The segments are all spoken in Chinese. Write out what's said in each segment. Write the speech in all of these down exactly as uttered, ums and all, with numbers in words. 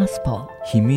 Gospel 秘密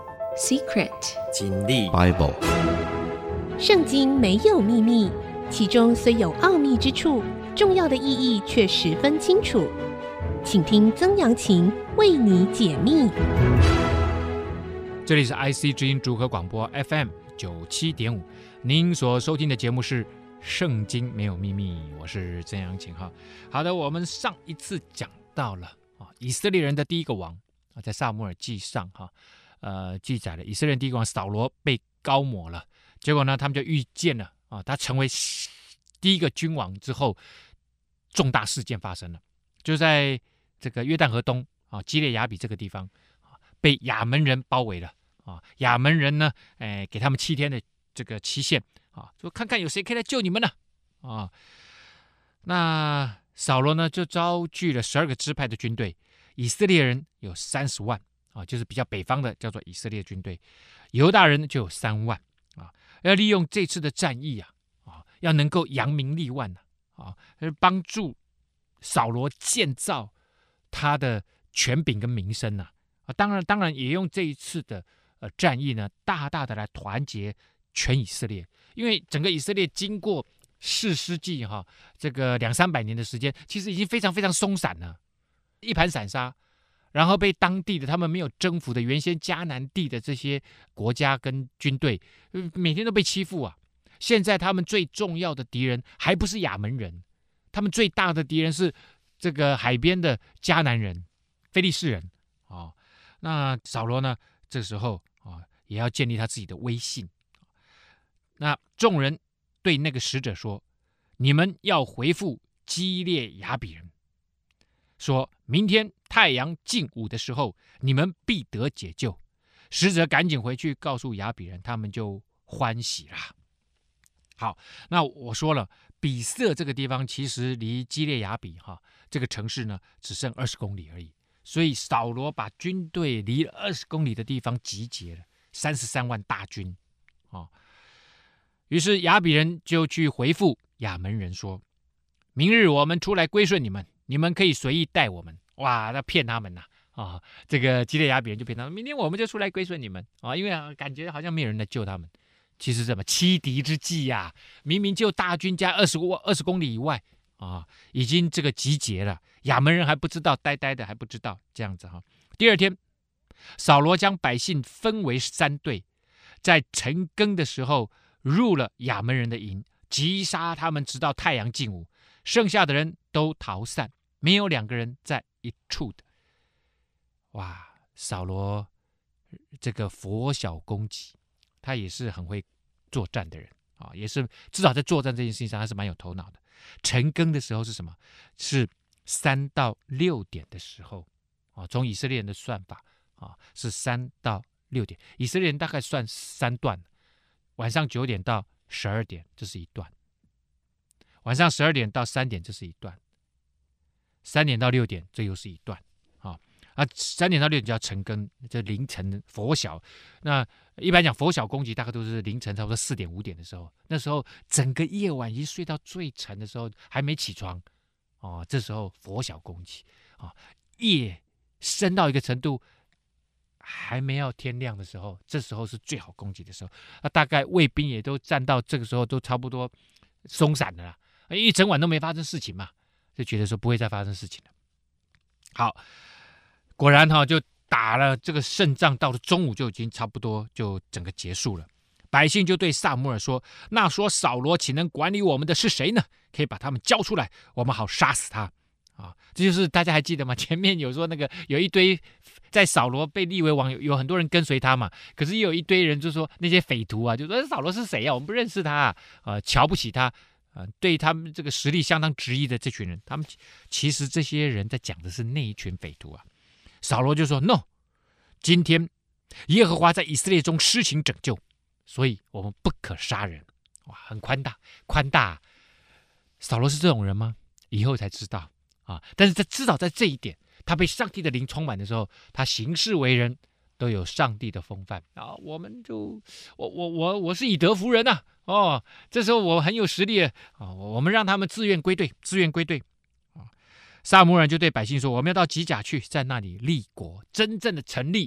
Secret 真理 Bible 圣经没有秘密，其中虽有奥秘之处，重要的意义却十分清楚。请听曾阳晴为你解密。 这里是 I C 之音竹科广播 F M 九七点五，您所收听的节目是《圣经没有秘密》，我是曾阳晴哈。好的，我们上一次讲到了啊，以色列人的第一个王啊，在撒母耳记上哈，呃，记载了以色列人第一个王扫罗被膏抹了，结果呢，他们就预见了啊，他成为第一个君王之后，重大事件发生了，就在这个约旦河东啊，基列雅比这个地方啊，被亚门人包围了。啊，亚门人呢，哎，给他们七天的这个期限啊，说看看有谁可以来救你们呢？啊，那扫罗呢就招聚了十二个支派的军队，以色列人有三十万啊，就是比较北方的叫做以色列军队，犹大人就有三万啊，要利用这次的战役啊，啊，要能够扬名立万啊，帮助扫罗建造他的权柄跟名声呐啊，当然，当然也用这一次的。呃，战役呢，大大的来团结全以色列，因为整个以色列经过四世纪哈，这个两三百年的时间，其实已经非常非常松散了，一盘散沙，然后被当地的他们没有征服的原先迦南地的这些国家跟军队，每天都被欺负啊。现在他们最重要的敌人还不是亚门人，他们最大的敌人是这个海边的迦南人、非利士人啊、哦。那扫罗呢？这时候啊，也要建立他自己的威信。那众人对那个使者说：“你们要回复基列雅比人，说明天太阳近午的时候，你们必得解救。”使者赶紧回去告诉雅比人，他们就欢喜啦。好，那我说了，比色这个地方其实离基列雅比哈这个城市呢，只剩二十公里而已。所以扫罗把军队离了二十公里的地方集结了三十三万大军，哦，于是亚比人就去回复亚门人说：“明日我们出来归顺你们，你们可以随意待我们。”哇，那骗他们呐、啊！啊，这个基列雅比人就骗他们，明天我们就出来归顺你们啊，因为感觉好像没有人来救他们。其实什么欺敌之计呀、啊？明明就大军加二十二十公里以外。啊，已经这个集结了，亚门人还不知道，呆呆的还不知道这样子哈。第二天，扫罗将百姓分为三队，在晨更的时候入了亚门人的营，击杀他们，直到太阳近午，剩下的人都逃散，没有两个人在一处的。哇，扫罗这个佛小攻击，他也是很会作战的人啊，也是至少在作战这件事情上，他是蛮有头脑的。晨更的时候是什么？是三到六点的时候啊。从以色列人的算法啊，是三到六点。以色列人大概算三段，晚上九点到十二点，这是一段；晚上十二点到三点，这是一段；三点到六点，这又是一段啊。啊，三点到六点叫晨更，就凌晨佛晓。那一般讲佛晓攻击，大概都是凌晨差不多四点五点的时候。那时候整个夜晚已经睡到最沉的时候，还没起床哦。这时候佛晓攻击啊，夜深到一个程度，还没要天亮的时候，这时候是最好攻击的时候。那大概卫兵也都站到这个时候，都差不多松散了啦，一整晚都没发生事情嘛，就觉得说不会再发生事情了。好。果然哈，就打了这个胜仗，到了中午就已经差不多就整个结束了。百姓就对撒母耳说：“那说扫罗岂能管理我们的是谁呢？可以把他们交出来，我们好杀死他。”啊，这就是大家还记得吗？前面有说那个有一堆在扫罗被立为王，有有很多人跟随他嘛。可是也有一堆人就说那些匪徒啊，就说扫罗是谁呀、啊？我们不认识他啊，呃，瞧不起他。啊，对他们这个实力相当质疑的这群人，他们其实这些人在讲的是那一群匪徒啊。扫罗就说 ：“No， 今天耶和华在以色列中施行拯救，所以我们不可杀人。”哇，很宽大，宽大、啊。扫罗是这种人吗？以后才知道啊。但是在至少在这一点，他被上帝的灵充满的时候，他行事为人都有上帝的风范啊。我们就我我我我是以德服人呐、啊。哦，这时候我很有实力啊。我们让他们自愿归队，自愿归队。撒母耳就对百姓说：“我们要到吉甲去，在那里立国，真正的成立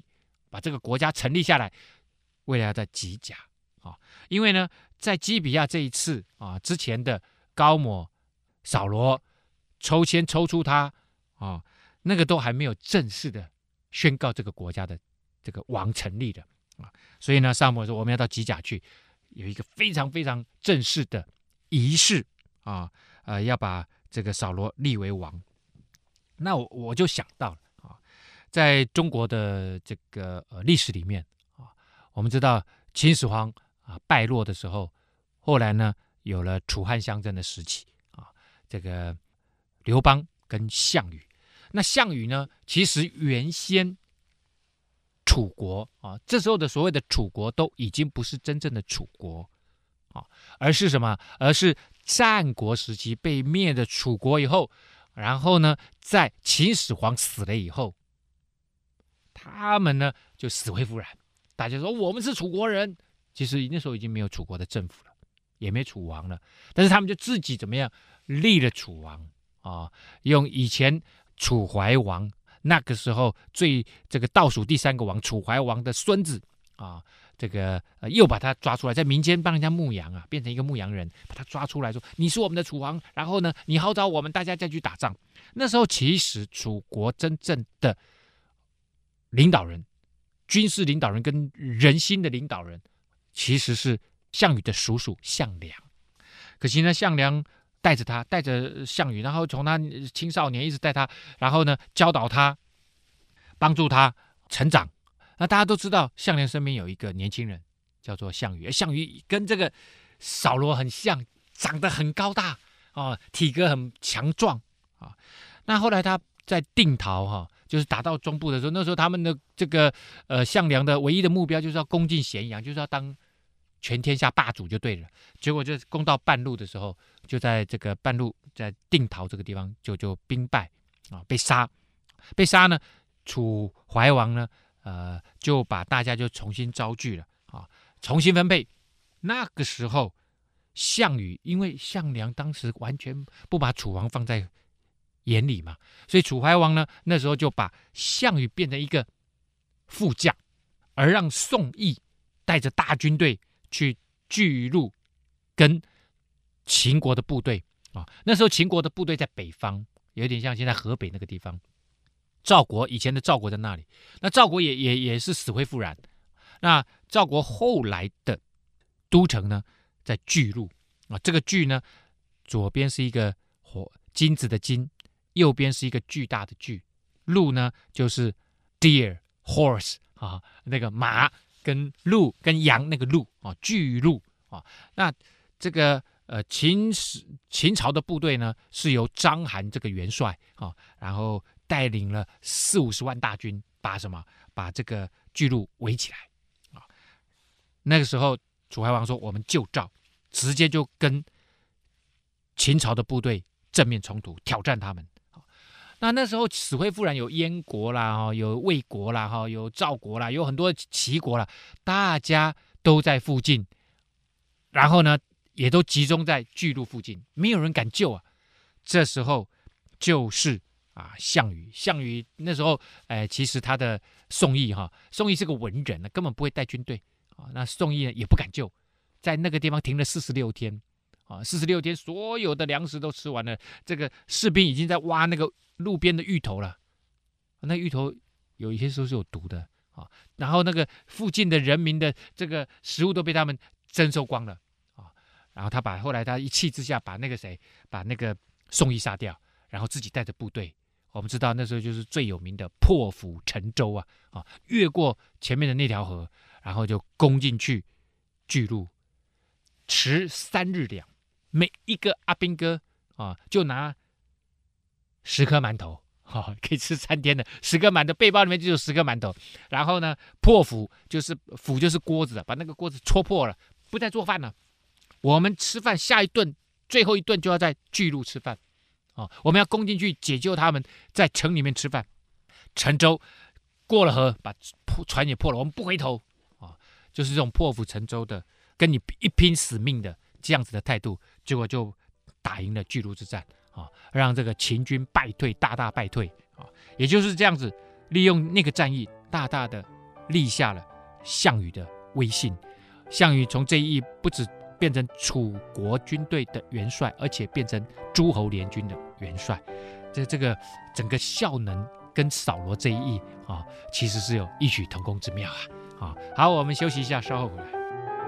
把这个国家成立下来，为了要在吉甲啊，因为呢，在基比亚这一次啊之前的高抹、扫罗抽签抽出他啊，那个都还没有正式的宣告这个国家的这个王成立的啊，所以呢，撒母耳说我们要到吉甲去，有一个非常非常正式的仪式啊，呃，要把这个扫罗立为王。那我我就想到了啊，在中国的这个呃历史里面啊，我们知道秦始皇啊败落的时候，后来呢有了楚汉相争的时期啊，这个刘邦跟项羽。那项羽呢，其实原先楚国啊，这时候的所谓的楚国都已经不是真正的楚国啊，而是什么？而是战国时期被灭的楚国以后，然后呢，在秦始皇死了以后，他们呢就死灰复燃，大家说我们是楚国人，其实那时候已经没有楚国的政府了，也没楚王了，但是他们就自己怎么样立了楚王啊，用以前楚怀王那个时候最这个倒数第三个王楚怀王的孙子啊，这个、呃、又把他抓出来，在民间帮人家牧羊啊，变成一个牧羊人，把他抓出来说你是我们的楚王，然后呢你号召我们大家再去打仗。那时候其实楚国真正的领导人，军事领导人跟人心的领导人，其实是项羽的叔叔项梁。可惜呢，项梁带着他，带着项羽，然后从他青少年一直带他，然后呢教导他，帮助他成长。那大家都知道，项梁身边有一个年轻人叫做项羽，项羽跟这个扫罗很像，长得很高大啊，体格很强壮啊。那后来他在定陶哈、啊，就是打到中部的时候，那时候他们的这个呃项梁的唯一的目标就是要攻进咸阳，就是要当全天下霸主就对了。结果就攻到半路的时候，就在这个半路在定陶这个地方就就兵败啊，被杀。被杀呢，楚怀王呢，呃，就把大家就重新招聚了啊，重新分配。那个时候，项羽因为项梁当时完全不把楚王放在眼里嘛，所以楚怀王呢那时候就把项羽变成一个副将，而让宋义带着大军队去巨鹿跟秦国的部队啊。那时候秦国的部队在北方，有点像现在河北那个地方。赵国以前的赵国在那里，那赵国也也也是死灰复燃。那赵国后来的都城呢，在巨鹿啊，这个巨呢，左边是一个火金子的金，右边是一个巨大的巨，鹿呢就是 deer horse 啊，那个马跟鹿跟羊那个鹿啊，巨鹿啊。那这个呃秦秦朝的部队呢，是由章邯这个元帅啊，然后带领了四五十万大军，把什么把这个巨鹿围起来啊。那个时候楚怀王说我们救赵，直接就跟秦朝的部队正面冲突，挑战他们。那那时候死灰复燃，有燕国啦，有魏国啦，有赵国啦，有很多齐国啦，大家都在附近，然后呢也都集中在巨鹿附近，没有人敢救啊。这时候就是啊项羽，项羽那时候哎，其实他的宋义哈，宋义是个文人，根本不会带军队啊。那宋义呢也不敢救，在那个地方停了四十六天啊，四十六天所有的粮食都吃完了，这个士兵已经在挖那个路边的芋头了，那芋头有一些时候是有毒的啊。然后那个附近的人民的这个食物都被他们征收光了啊。然后他把后来他一气之下把那个谁把那个宋义杀掉，然后自己带着部队，我们知道那时候就是最有名的破釜沉舟啊啊，越过前面的那条河，然后就攻进去巨鹿，持三日粮，每一个阿兵哥啊就拿十颗馒头，哦，可以吃三天的十颗馒头，背包里面就有十颗馒头。然后呢，破釜就是釜就是锅子，把那个锅子戳破了，不再做饭了。我们吃饭下一顿最后一顿就要在巨鹿吃饭，哦，我们要攻进去解救他们，在城里面吃饭。沉舟过了河，把船也破了，我们不回头啊，哦，就是这种破釜沉舟的，跟你一拼死命的这样子的态度，结果就打赢了巨鹿之战。啊，让这个秦军败退，大大败退啊！也就是这样子，利用那个战役，大大的立下了项羽的威信。项羽从这一役不止变成楚国军队的元帅，而且变成诸侯联军的元帅。这这个整个效能跟扫罗这一役啊，其实是有异曲同工之妙啊！啊，好，我们休息一下，稍后回来。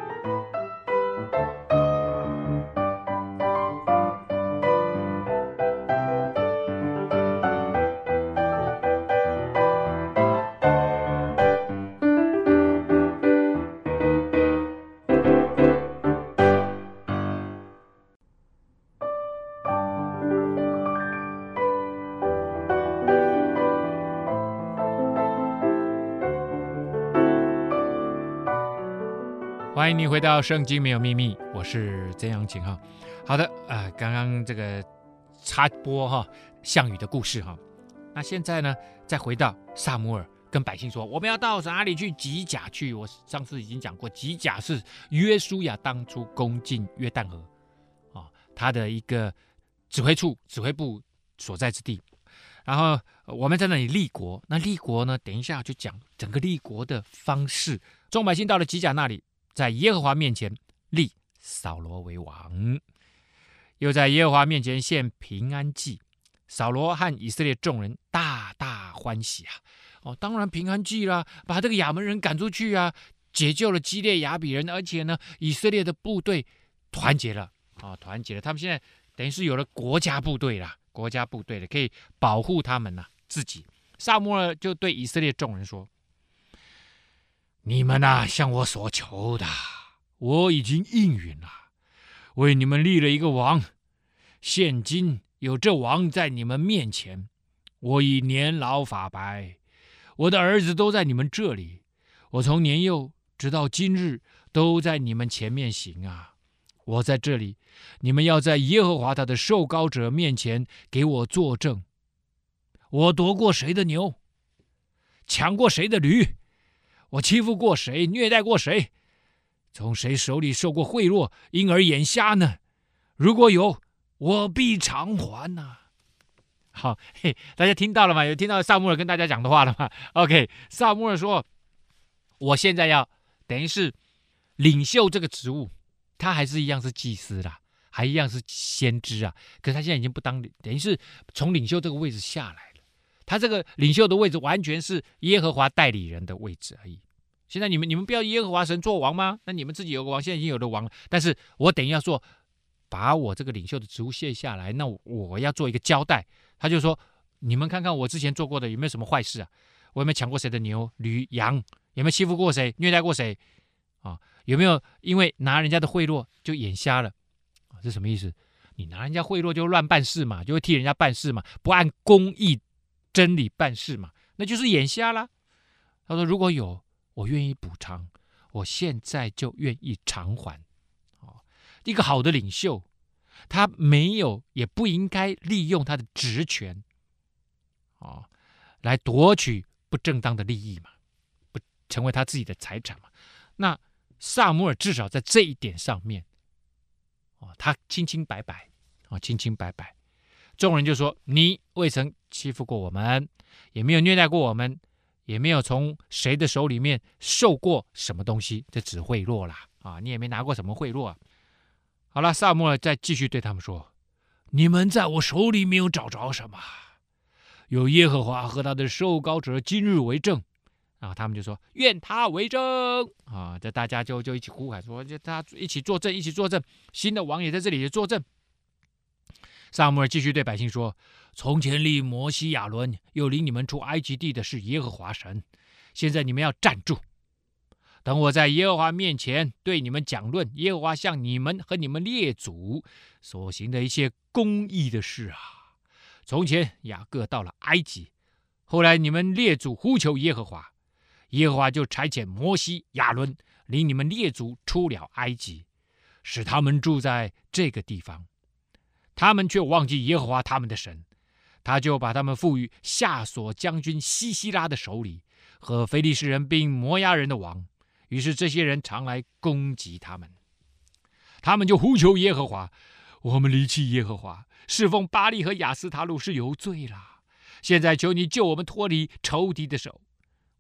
欢迎你回到圣经没有秘密，我是曾阳晴哈。好的啊、呃，刚刚这个插播哈项羽的故事哈，那现在呢，再回到撒母耳跟百姓说，我们要到哪里去？吉甲去。我上次已经讲过，吉甲是约书亚当初攻进约旦河啊，他的一个指挥处、指挥部所在之地。然后我们在那里立国，那立国呢，等一下就讲整个立国的方式。众百姓到了吉甲那里，在耶和华面前立扫罗为王，又在耶和华面前献平安祭。扫罗和以色列众人大大欢喜啊！哦，当然平安祭啦，把这个亚扪人赶出去啊，解救了基列雅比人，而且呢，以色列的部队团结了啊、哦，团结了。他们现在等于是有了国家部队啦，国家部队了，可以保护他们呐、啊、自己。撒母耳就对以色列众人说：“你们啊，向我所求的，我已经应允了，为你们立了一个王。现今有这王在你们面前，我已年老发白，我的儿子都在你们这里，我从年幼直到今日都在你们前面行啊。我在这里，你们要在耶和华他的受膏者面前给我作证。我夺过谁的牛，抢过谁的驴，我欺负过谁，虐待过谁，从谁手里受过贿赂，因而眼瞎呢？如果有，我必偿还呐、啊。”好，嘿，大家听到了吗？有听到撒母耳跟大家讲的话了吗 ？OK， 撒母耳说：“我现在要等于是领袖这个职务，他还是一样是祭司啦，还一样是先知啊。可是他现在已经不当，等于是从领袖这个位置下来了。他这个领袖的位置完全是耶和华代理人的位置而已。现在你们你们不要耶和华神做王吗？那你们自己有个王，现在已经有了王了。但是我等于要说，把我这个领袖的职务卸下来，那 我, 我要做一个交代。”他就说：“你们看看我之前做过的有没有什么坏事啊？我有没有抢过谁的牛、驴、羊？有没有欺负过谁、虐待过谁？啊，有没有因为拿人家的贿赂就眼瞎了？啊，这什么意思？你拿人家贿赂就乱办事嘛，就会替人家办事嘛，不按公义真理办事嘛，那就是眼瞎啦。”他说：“如果有，我愿意补偿，我现在就愿意偿还。”啊，一个好的领袖，他没有也不应该利用他的职权、哦、来夺取不正当的利益嘛，不成为他自己的财产嘛。那撒母耳至少在这一点上面、哦、他清清白白、哦、清清白白。众人就说：“你未曾欺负过我们，也没有虐待过我们，也没有从谁的手里面受过什么东西，这只贿赂啦、啊、你也没拿过什么贿赂啊。”好了，撒母耳再继续对他们说：“你们在我手里没有找着什么，有耶和华和他的受膏者今日为证。”啊，他们就说：“愿他为证。”啊，这大家就就一起呼喊说：“就他一起作证，一起作证。新的王也在这里作证。”撒母耳继续对百姓说：“从前立摩西亚伦，又领你们出埃及地的是耶和华神。现在你们要站住。等我在耶和华面前对你们讲论耶和华向你们和你们列祖所行的一些公义的事啊。从前雅各到了埃及，后来你们列祖呼求耶和华，耶和华就差遣摩西亚伦领你们列祖出了埃及，使他们住在这个地方。他们却忘记耶和华他们的神，他就把他们赋予夏所将军西西拉的手里，和非利士人并摩押人的王。于是这些人常来攻击他们，他们就呼求耶和华：我们离弃耶和华，侍奉巴力和亚斯他路是有罪啦。现在求你救我们脱离仇敌的手。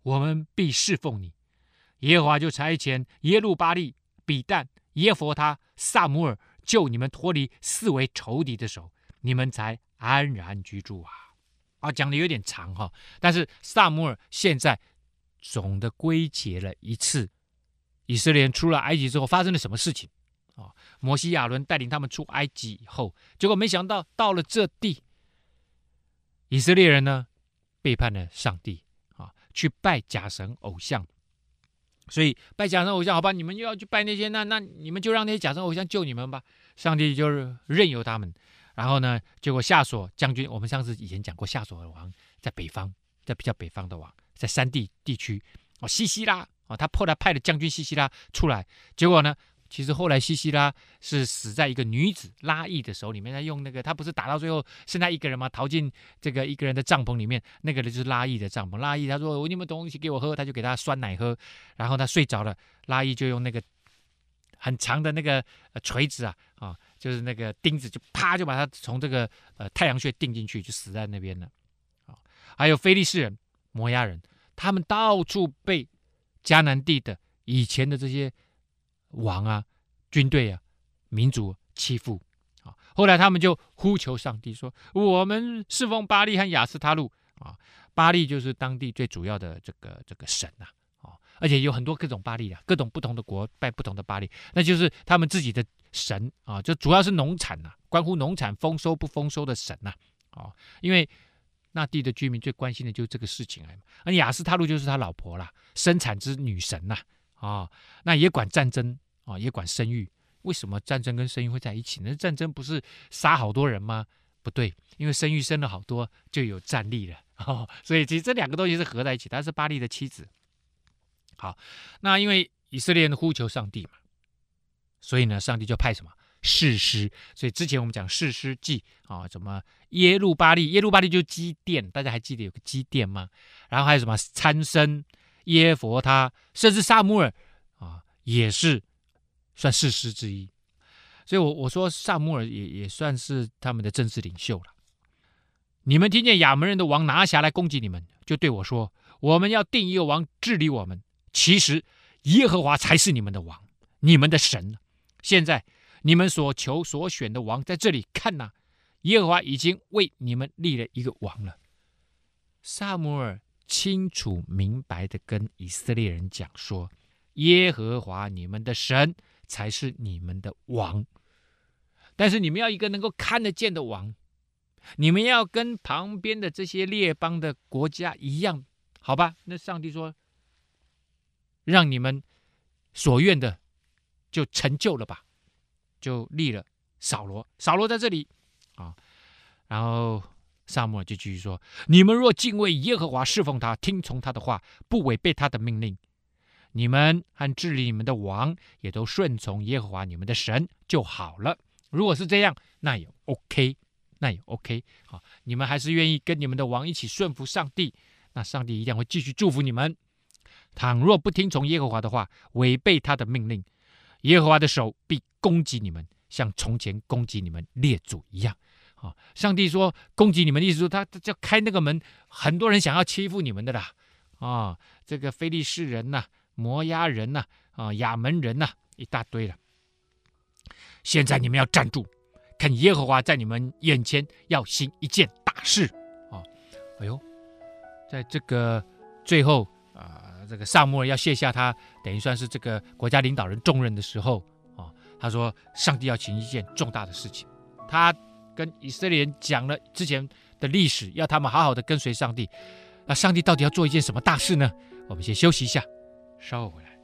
我们必侍奉你。耶和华就差遣耶路巴力、比但、耶弗他、撒母耳救你们脱离四围仇敌的手，你们才安然居住啊！啊，讲的有点长哈，但是撒母耳现在总的归结了一次以色列人出了埃及之后发生了什么事情啊？摩西亚伦带领他们出埃及以后，结果没想到到了这地，以色列人呢背叛了上帝啊，去拜假神偶像。所以拜假神偶像，好吧，你们又要去拜那些，那那你们就让那些假神偶像救你们吧。上帝就是任由他们。然后呢，结果夏所将军，我们上次以前讲过，夏所的王在北方，在比较北方的王，在山地地区哦，西西拉哦，他后来派了将军西西拉出来，结果呢，其实后来西西拉是死在一个女子拉伊的手里面，他用那个，他不是打到最后剩他一个人吗？逃进这个一个人的帐篷里面，那个人就是拉伊的帐篷。拉伊他说：“你们东西给我喝。”他就给他酸奶喝，然后他睡着了，拉伊就用那个很长的那个锤子啊啊，就是那个钉子，就啪就把他从这个呃太阳穴钉进去，就死在那边了。啊，还有非利士人、摩押人，他们到处被迦南地的以前的这些王啊、军队啊、民族欺负啊。后来他们就呼求上帝说：“我们侍奉巴力和亚斯他路啊，巴力就是当地最主要的这个这个神啊。”而且有很多各种巴力啊，各种不同的国拜不同的巴力，那就是他们自己的神啊，就主要是农产呐、啊，关乎农产丰收不丰收的神呐、啊，哦，因为那地的居民最关心的就是这个事情而已。而亚斯他路就是他老婆啦，生产之女神呐、啊，哦，那也管战争啊、哦，也管生育。为什么战争跟生育会在一起呢？战争不是杀好多人吗？不对，因为生育生了好多就有战力了，哦，所以其实这两个东西是合在一起。她是巴力的妻子。好，那因为以色列人呼求上帝嘛，所以呢，上帝就派什么士师。所以之前我们讲士师记啊，什么耶路巴力，耶路巴力就是基甸，大家还记得有个基甸吗？然后还有什么参孙、耶弗他，甚至撒母耳啊，也是算士师之一。所以我我说撒母耳也也算是他们的政治领袖了。你们听见亚扪人的王拿辖来攻击你们，就对我说：我们要定一个王治理我们。其实耶和华才是你们的王，你们的神。现在你们所求所选的王在这里，看哪，耶和华已经为你们立了一个王了。撒母耳清楚明白的跟以色列人讲说，耶和华你们的神才是你们的王，但是你们要一个能够看得见的王，你们要跟旁边的这些列邦的国家一样，好吧？那上帝说，让你们所愿的就成就了吧，就立了扫罗。扫罗在这里啊，然后撒母耳就继续说：你们若敬畏耶和华，侍奉他，听从他的话，不违背他的命令，你们和治理你们的王也都顺从耶和华你们的神就好了。如果是这样，那也 OK， 那也 OK。好，你们还是愿意跟你们的王一起顺服上帝，那上帝一定会继续祝福你们。倘若不听从耶和华的话，违背他的命令，耶和华的手必攻击你们，像从前攻击你们列祖一样。啊，上帝说攻击你们的意思说，他就开那个门，很多人想要欺负你们的啦。啊，这个非利士人呐、啊、摩押人呐、啊、啊亚扪人呐、啊，一大堆了。现在你们要站住，看耶和华在你们眼前要行一件大事。啊，哎呦，在这个最后啊。这个撒母耳要卸下他等于算是这个国家领导人重任的时候啊，他说上帝要行一件重大的事情，他跟以色列人讲了之前的历史，要他们好好的跟随上帝。那上帝到底要做一件什么大事呢？我们先休息一下，稍后回来。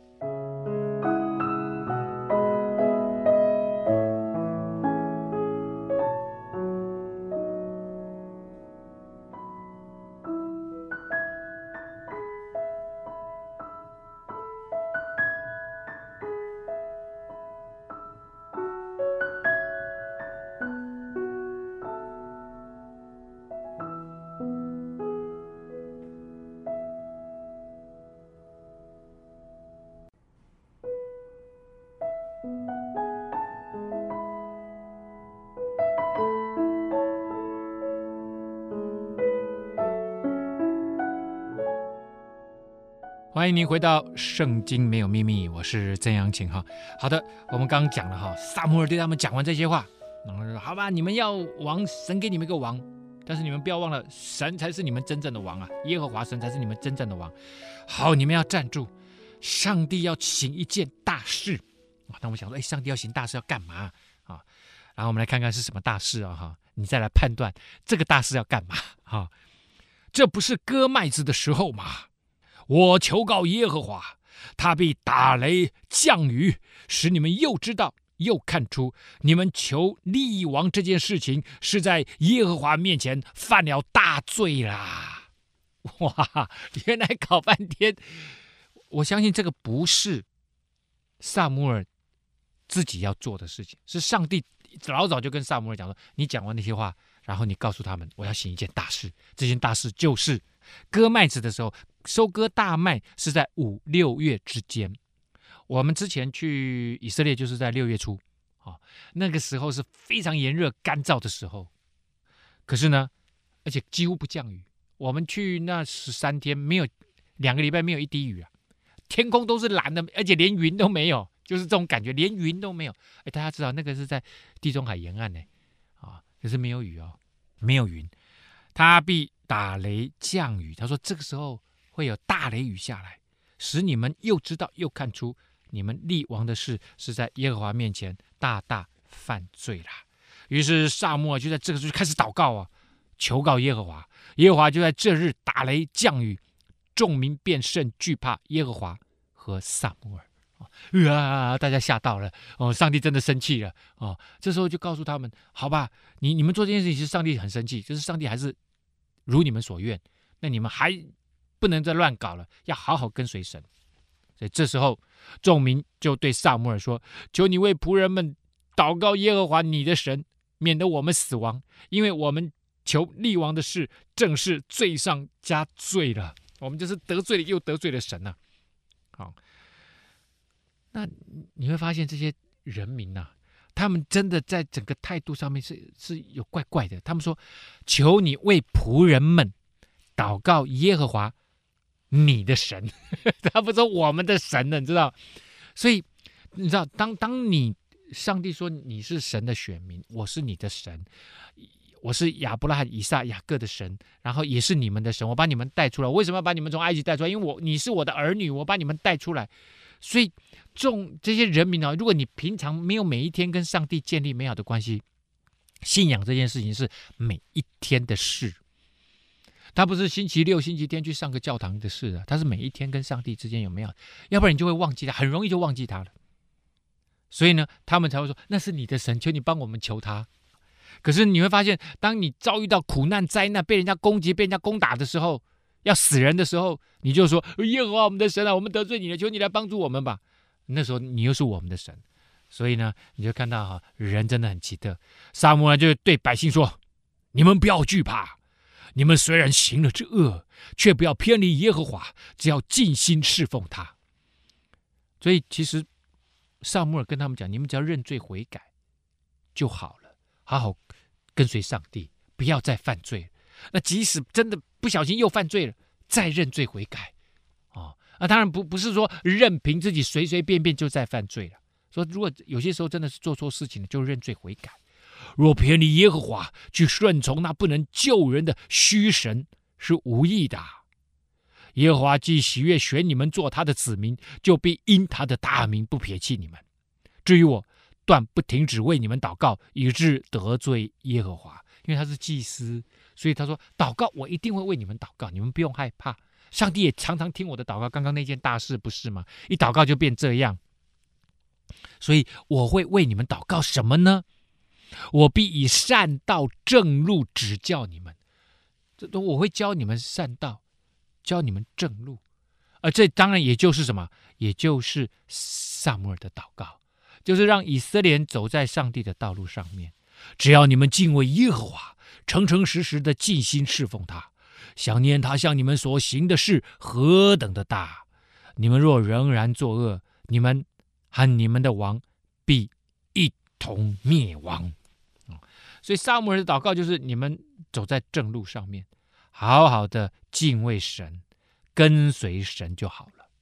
欢迎您回到圣经没有秘密，我是曾阳晴哈。好的，我们刚刚讲了哈，撒母耳对他们讲完这些话，然后说好吧，你们要王，神给你们一个王，但是你们不要忘了，神才是你们真正的王啊，耶和华神才是你们真正的王。好，你们要站住，上帝要行一件大事。那我们想说，哎，上帝要行大事要干嘛啊？然后我们来看看是什么大事啊？哈，你再来判断这个大事要干嘛？哈，这不是割麦子的时候吗？我求告耶和华，他必打雷降雨，使你们又知道又看出，你们求立王这件事情是在耶和华面前犯了大罪啦！哇，原来搞半天，我相信这个不是撒母耳自己要做的事情，是上帝老早就跟撒母耳讲说，你讲完那些话，然后你告诉他们，我要行一件大事，这件大事就是割麦子的时候，收割大麦是在五六月之间。我们之前去以色列就是在六月初，哦，那个时候是非常炎热干燥的时候，可是呢，而且几乎不降雨。我们去那十三天没有，两个礼拜没有一滴雨啊，天空都是蓝的，而且连云都没有，就是这种感觉，连云都没有。哎，大家知道那个是在地中海沿岸呢，啊，可是没有雨哦，没有云，他必打雷降雨。他说这个时候会有大雷雨下来，使你们又知道又看出，你们立王的事是在耶和华面前大大犯罪啦。于是撒母耳就在这个时候开始祷告啊，求告耶和华。耶和华就在这日打雷降雨，众民便甚惧怕耶和华和撒母耳。啊！大家吓到了哦，上帝真的生气了哦。这时候就告诉他们，好吧，你你们做这件事情，其实上帝很生气，就是上帝还是如你们所愿，那你们还不能再乱搞了，要好好跟随神。所以这时候众民就对撒母耳说，求你为仆人们祷告耶和华你的神，免得我们死亡，因为我们求立王的事正是罪上加罪了，我们就是得罪了又得罪了神啊。好，那你会发现这些人民啊，他们真的在整个态度上面是是有怪怪的。他们说，求你为仆人们祷告耶和华你的神，他不说我们的神了，你知道？所以你知道，当当你上帝说你是神的选民，我是你的神，我是亚伯拉罕、以撒、雅各的神，然后也是你们的神，我把你们带出来。我为什么要把你们从埃及带出来？因为我你是我的儿女，我把你们带出来。所以众这些人民啊，如果你平常没有每一天跟上帝建立美好的关系，信仰这件事情是每一天的事，它不是星期六、星期天去上个教堂的事啊，它是每一天跟上帝之间有美好，要不然你就会忘记他，很容易就忘记他了。所以呢，他们才会说那是你的神，求你帮我们求他。可是你会发现，当你遭遇到苦难、灾难，被人家攻击、被人家攻打的时候，要死人的时候，你就说耶和华我们的神啊，我们得罪你了，求你来帮助我们吧。那时候你又是我们的神，所以呢，你就看到哈，人真的很奇特。撒母耳就对百姓说：“你们不要惧怕，你们虽然行了这恶，却不要偏离耶和华，只要尽心侍奉他。”所以其实撒母耳跟他们讲，你们只要认罪悔改就好了，好好跟随上帝，不要再犯罪。那即使真的不小心又犯罪了，再认罪悔改。哦，那当然不不是说任凭自己随随便便就在犯罪了。说如果有些时候真的是做错事情了，就认罪悔改。若偏离耶和华，去顺从那不能救人的虚神，是无益的。耶和华既喜悦选你们做他的子民，就必因他的大名不撇弃你们。至于我，断不停止为你们祷告，以致得罪耶和华。因为他是祭司，所以他说祷告我一定会为你们祷告，你们不用害怕。上帝也常常听我的祷告，刚刚那件大事不是吗？一祷告就变这样，所以我会为你们祷告什么呢？我必以善道正路指教你们，我会教你们善道，教你们正路。而这当然也就是什么？也就是撒母耳的祷告，就是让以色列人走在上帝的道路上面。只要你们敬畏耶和华，诚诚实实的尽心侍奉他，想念他向你们所行的事何等的大，你们若仍然作恶，你们和你们的王必一同灭亡。所以撒母耳的祷告就是你们走在正路上面，好好的敬畏神，跟随神就好了。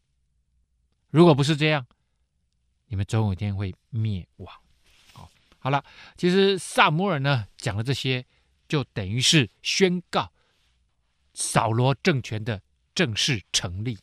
如果不是这样，你们总有一天会灭亡。好，好了，其实撒母耳呢讲了这些，就等于是宣告扫罗政权的正式成立。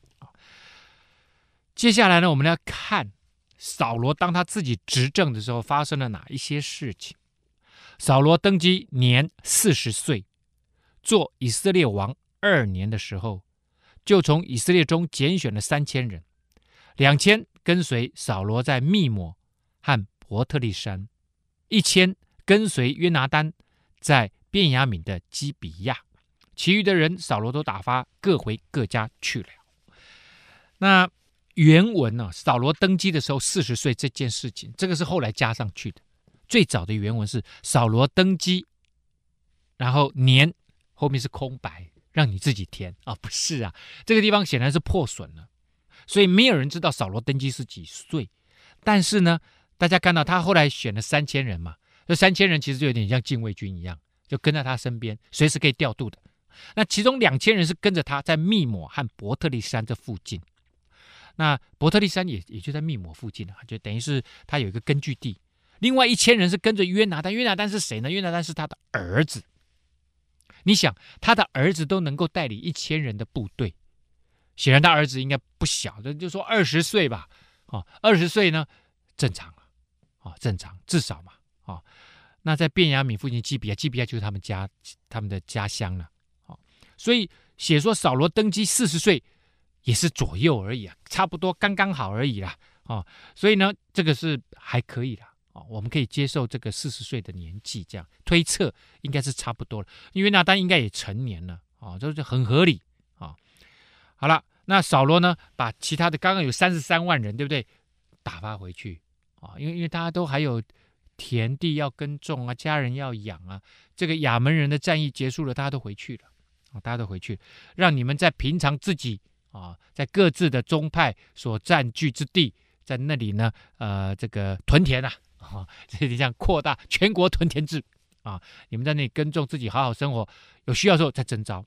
接下来呢，我们来看扫罗当他自己执政的时候发生了哪一些事情。扫罗登基年四十岁，做以色列王二年的时候，就从以色列中拣选了三千人，两千跟随扫罗在密抹和伯特利山，一千跟随约拿单在便雅悯的基比亚，其余的人扫罗都打发各回各家去了。那原文呢、啊，扫罗登基的时候四十岁这件事情，这个是后来加上去的。最早的原文是扫罗登基，然后年后面是空白，让你自己填啊，不是啊，这个地方显然是破损了，所以没有人知道扫罗登基是几岁。但是呢，大家看到他后来选了三千人嘛，这三千人其实就有点像禁卫军一样，就跟在他身边，随时可以调度的。那其中两千人是跟着他在密抹和伯特利山这附近。那伯特利山 也, 也就在密抹附近啊，就等于是他有一个根据地。另外一千人是跟着约拿单，约拿单是谁呢？约拿单是他的儿子。你想，他的儿子都能够带领一千人的部队，显然他儿子应该不小，就说二十岁吧，哦，二十岁呢，正常了，哦，正常，至少嘛，哦，那在便雅悯附近基比亚，基比亚就是他们家他们的家乡了，哦，所以写说扫罗登基四十岁也是左右而已啊，差不多刚刚好而已啦，哦，所以呢，这个是还可以啦。哦，我们可以接受这个四十岁的年纪，这样推测应该是差不多了。因为拿单应该也成年了啊，这就很合理啊。好了，那扫罗呢，把其他的刚刚有三十三万人，对不对？打发回去啊，因为因为大家都还有田地要耕种啊，家人要养啊。这个亚门人的战役结束了，大家都回去了啊，大家都回去，让你们在平常自己啊，在各自的宗派所占据之地，在那里呢，呃，这个屯田啊。啊，这里这样扩大全国屯田制啊！你们在那里耕种，自己好好生活，有需要的时候再征召。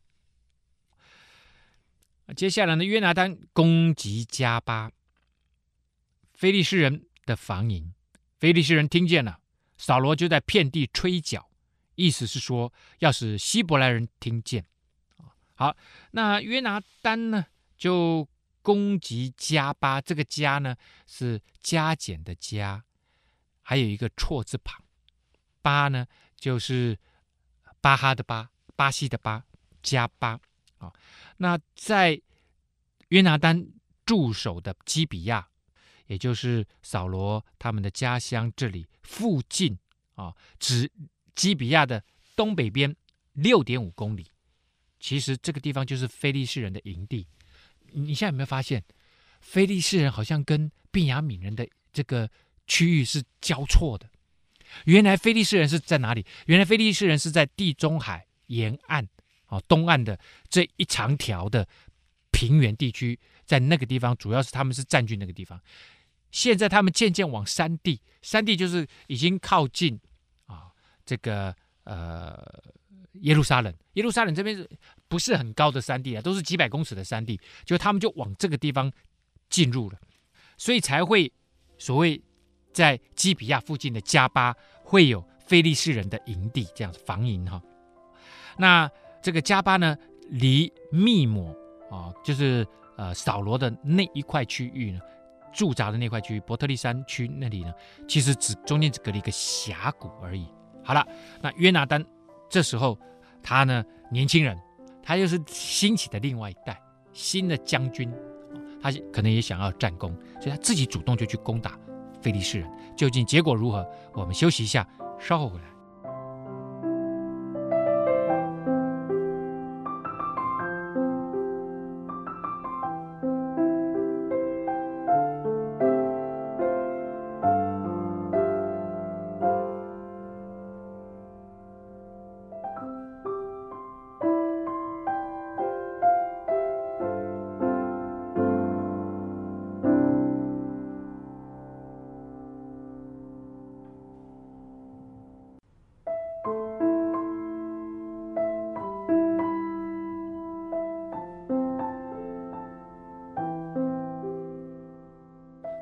接下来呢，约拿单攻击迦巴，非利士人的防营。非利士人听见了，扫罗就在遍地吹角，意思是说要使希伯来人听见。好，那约拿单呢就攻击迦巴，这个迦呢是加减的加。还有一个错字旁，巴呢就是巴哈的巴，巴西的巴，加巴啊。那在约拿单驻守的基比亚，也就是扫罗他们的家乡这里附近啊，指基比亚的东北边六点五公里。其实这个地方就是非利士人的营地。你现在有没有发现，非利士人好像跟便雅悯人的这个区域是交错的？原来非利士人是在哪里？原来非利士人是在地中海沿岸、哦、东岸的这一长条的平原地区，在那个地方主要是他们是占据那个地方。现在他们渐渐往山地，山地就是已经靠近啊这个呃耶路撒冷。耶路撒冷这边不是很高的山地啊，都是几百公尺的山地，就他们就往这个地方进入了，所以才会所谓在基比亚附近的加巴会有非利士人的营地，这样子防营哈。那这个加巴呢，离密抹啊，就是呃扫罗的那一块区域呢，驻扎的那块区域，伯特利山区那里呢，其实只中间只隔了一个峡谷而已。好了，那约拿单这时候他呢年轻人，他又是兴起的另外一代新的将军，他可能也想要战功，所以他自己主动就去攻打非利士人。究竟结果如何？我们休息一下，稍后回来。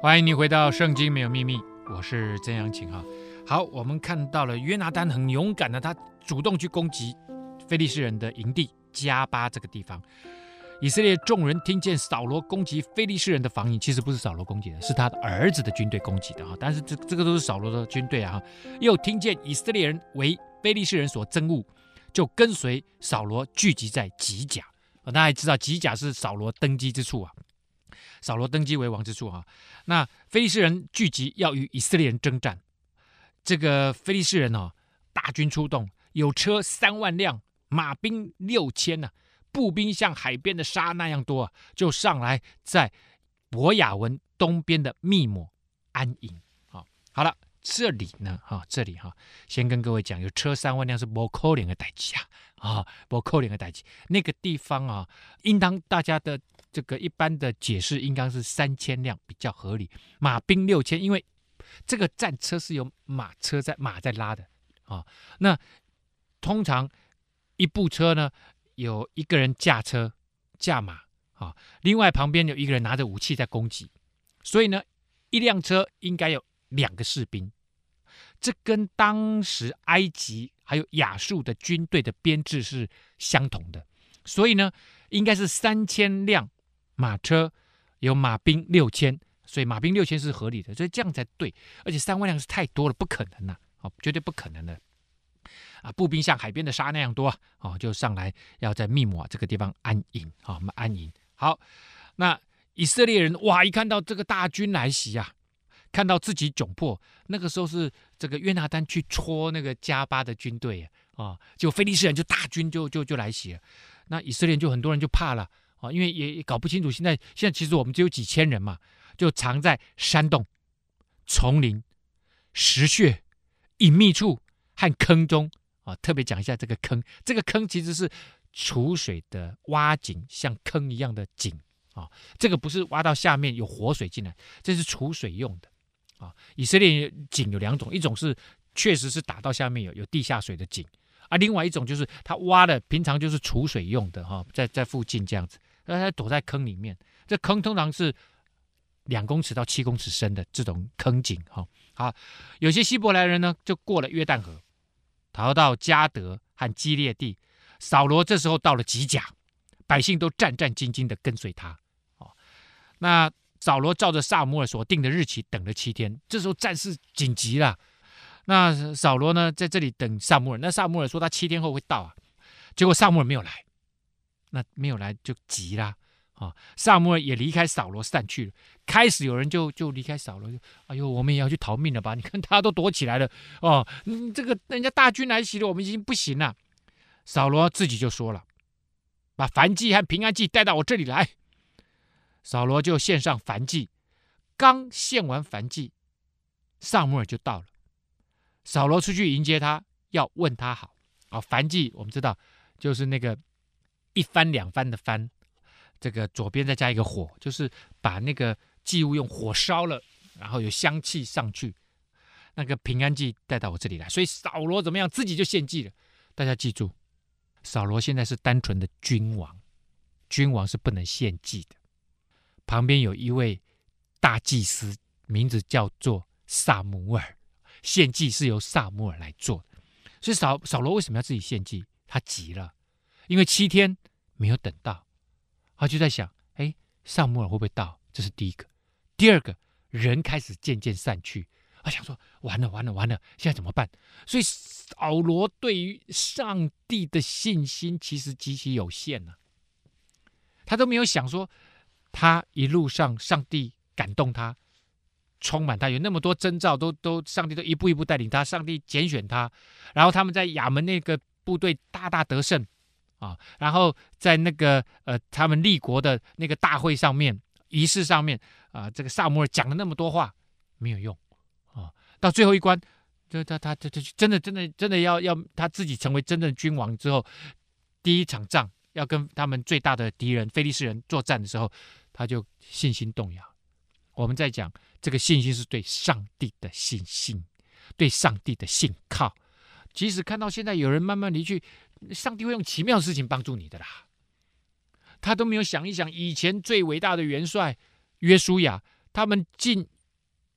欢迎你回到圣经没有秘密，我是曾阳晴哈。好，我们看到了约拿单很勇敢的，他主动去攻击非利士人的营地加巴这个地方。以色列众人听见扫罗攻击非利士人的防营，其实不是扫罗攻击的，是他的儿子的军队攻击的哈。但是这这个都是扫罗的军队啊。又听见以色列人为非利士人所憎恶，就跟随扫罗聚集在吉甲。大家也知道吉甲是扫罗登基之处啊，扫罗登基为王之处啊。那非利士人聚集要与以色列人征战，这个非利士人哦，大军出动，有车三万辆，马兵六千呢。步兵像海边的沙那样多啊，就上来在伯雅文东边的密抹安营。好，好了，这里呢，哈，这里哈，先跟各位讲，有车三万辆是不可能的代志啊，啊，不可能的代志。那个地方啊，应当大家的这个一般的解释应该是三千辆比较合理，马兵六千，因为这个战车是由马车在马在拉的啊。那通常一部车呢，有一个人驾车驾马啊，另外旁边有一个人拿着武器在攻击，所以呢，一辆车应该有两个士兵。这跟当时埃及还有亚述的军队的编制是相同的，所以呢，应该是三千辆马车，有马兵六千，所以马兵六千是合理的，所以这样才对。而且三万辆是太多了，不可能啊，哦，绝对不可能的。啊，步兵像海边的沙那样多啊，哦，就上来要在密抹这个地方安营啊，我们安营。好，那以色列人哇，一看到这个大军来袭啊，看到自己窘迫，那个时候是这个约拿单去戳那个加巴的军队啊，就非利士人就大军就就就来袭了。那以色列人就很多人就怕了啊，因为也搞不清楚，现在现在其实我们只有几千人嘛，就藏在山洞、丛林、石穴、隐秘处和坑中啊。特别讲一下这个坑，这个坑其实是储水的挖井，像坑一样的井啊。这个不是挖到下面有活水进来，这是储水用的啊。以色列井有两种，一种是确实是打到下面有有地下水的井啊，另外一种就是他挖的平常就是储水用的哈，在在附近这样子，那他躲在坑里面，这坑通常是两公尺到七公尺深的这种坑井哈。好，有些希伯来人呢就过了约旦河，逃到迦得和基列地。扫罗这时候到了吉甲，百姓都战战兢兢地跟随他。哦，那扫罗照着撒母耳所定的日期等了七天，这时候战事紧急了。那扫罗呢在这里等撒母耳，那撒母耳说他七天后会到啊，结果撒母耳没有来，那没有来就急啦。啊，撒母耳也离开扫罗散去了。开始有人就就离开扫罗，就哎呦，我们也要去逃命了吧？你看他都躲起来了哦，嗯，这个人家大军来袭了，我们已经不行了。扫罗自己就说了，把燔祭和平安祭带到我这里来。扫罗就献上燔祭，刚献完燔祭，撒母耳就到了。扫罗出去迎接他，要问他好。啊，燔祭我们知道就是那个一番两番的番。这个左边再加一个火，就是把那个祭物用火烧了，然后有香气上去。那个平安祭带到我这里来，所以扫罗怎么样，自己就献祭了。大家记住，扫罗现在是单纯的君王，君王是不能献祭的。旁边有一位大祭司，名字叫做撒母耳，献祭是由撒母耳来做的。所以扫扫罗为什么要自己献祭？他急了，因为七天没有等到。他就在想，哎，撒母耳会不会到？这是第一个。第二个，人开始渐渐散去。他想说，完了，完了，完了，现在怎么办？所以扫罗对于上帝的信心其实极其有限啊。他都没有想说，他一路上上帝感动他，充满他，有那么多征兆，都都上帝都一步一步带领他，上帝拣选他，然后他们在亚门那个部队大大得胜。啊，然后在那个呃，他们立国的那个大会上面、仪式上面啊，这个撒母耳讲了那么多话，没有用啊。到最后一关，就他他他真的真的真的要要他自己成为真正的君王之后，第一场仗要跟他们最大的敌人非利士人作战的时候，他就信心动摇。我们在讲这个信心是对上帝的信心，对上帝的信靠。即使看到现在有人慢慢离去，上帝会用奇妙的事情帮助你的啦。他都没有想一想，以前最伟大的元帅约书亚，他们进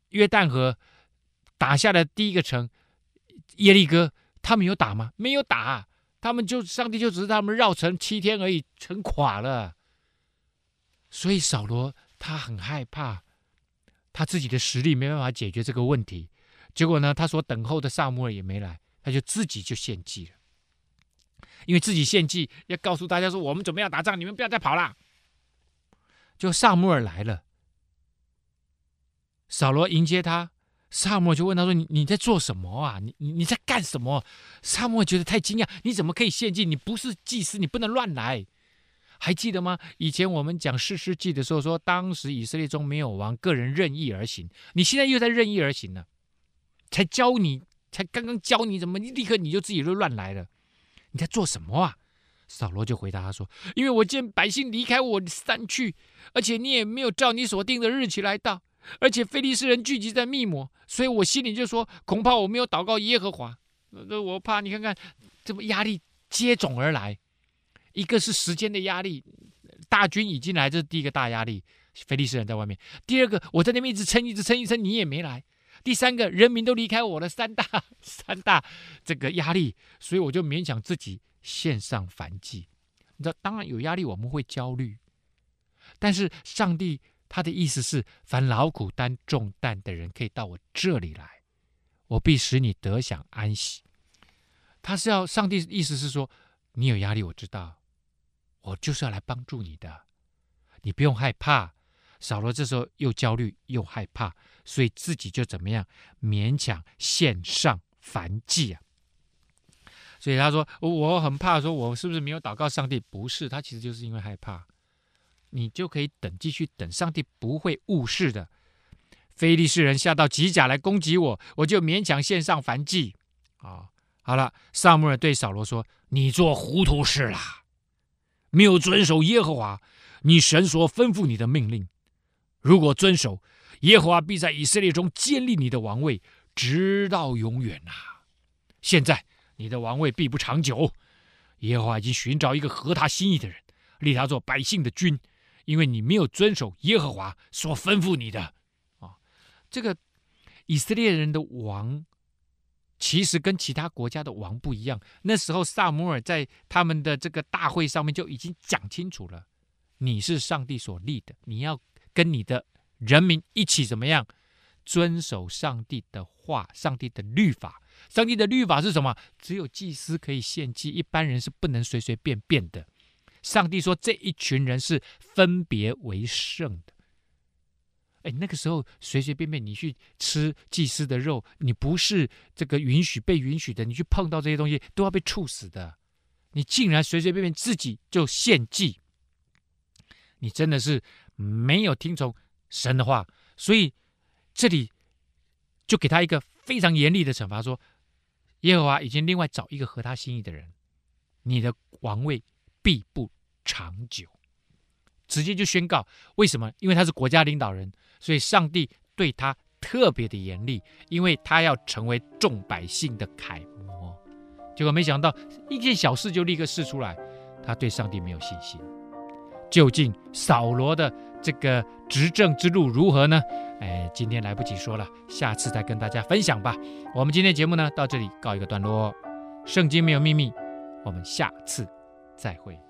约旦河打下的第一个城耶利哥，他们有打吗？没有打，他们就上帝就只是他们绕城七天而已，城垮了。所以扫罗他很害怕，他自己的实力没办法解决这个问题。结果呢，他所等候的撒母耳也没来，他就自己就献祭了。因为自己献祭，要告诉大家说我们准备要打仗，你们不要再跑了。就撒母耳来了，扫罗迎接他，撒母耳就问他说：“你你在做什么啊？你你你在干什么？”撒母耳觉得太惊讶，你怎么可以献祭？你不是祭司，你不能乱来。还记得吗？以前我们讲士师记的时候说，当时以色列中没有王，个人任意而行。你现在又在任意而行了，才教你，才刚刚教你怎么，立刻你就自己就乱来了。你在做什么啊？扫罗就回答他说：“因为我见百姓离开我散去，而且你也没有照你所定的日期来到，而且非利士人聚集在密抹，所以我心里就说，恐怕我没有祷告耶和华。我怕你看看，这么压力接踵而来。一个是时间的压力，大军已经来，这是第一个大压力，非利士人在外面；第二个，我在那边一直撑，一直撑，一直撑，你也没来；第三个，人民都离开我了，三大三大这个压力，所以我就勉强自己献上燔祭。你知道，当然有压力，我们会焦虑，但是上帝他的意思是，凡劳苦担重担的人，可以到我这里来，我必使你得享安息。他是要，上帝的意思是说，你有压力，我知道。我就是要来帮助你的，你不用害怕。扫罗这时候又焦虑又害怕，所以自己就怎么样，勉强献上燔祭啊。所以他说我很怕，说我是不是没有祷告上帝？不是，他其实就是因为害怕。你就可以等，继续等，上帝不会误事的。非利士人下到吉甲来攻击我，我就勉强献上燔祭啊。好了，撒母耳对扫罗说：“你做糊涂事啦！没有遵守耶和华你神所吩咐你的命令。如果遵守，耶和华必在以色列中建立你的王位，直到永远啊！现在你的王位必不长久。耶和华已经寻找一个合他心意的人，立他做百姓的君，因为你没有遵守耶和华所吩咐你的。”啊，这个以色列人的王其实跟其他国家的王不一样。那时候撒母耳在他们的这个大会上面就已经讲清楚了，你是上帝所立的，你要跟你的人民一起怎么样遵守上帝的话，上帝的律法。上帝的律法是什么？只有祭司可以献祭，一般人是不能随随便便的。上帝说这一群人是分别为圣的。哎，那个时候随随便便你去吃祭司的肉，你不是这个允许被允许的，你去碰到这些东西都要被处死的。你竟然随随便便自己就献祭，你真的是没有听从神的话。所以这里就给他一个非常严厉的惩罚，说耶和华已经另外找一个合他心意的人，你的王位必不长久。直接就宣告，为什么？因为他是国家领导人，所以上帝对他特别的严厉，因为他要成为众百姓的楷模。结果没想到一件小事就立刻示出来，他对上帝没有信心。究竟扫罗的这个执政之路如何呢？哎，今天来不及说了，下次再跟大家分享吧。我们今天的节目呢，到这里告一个段落。圣经没有秘密，我们下次再会。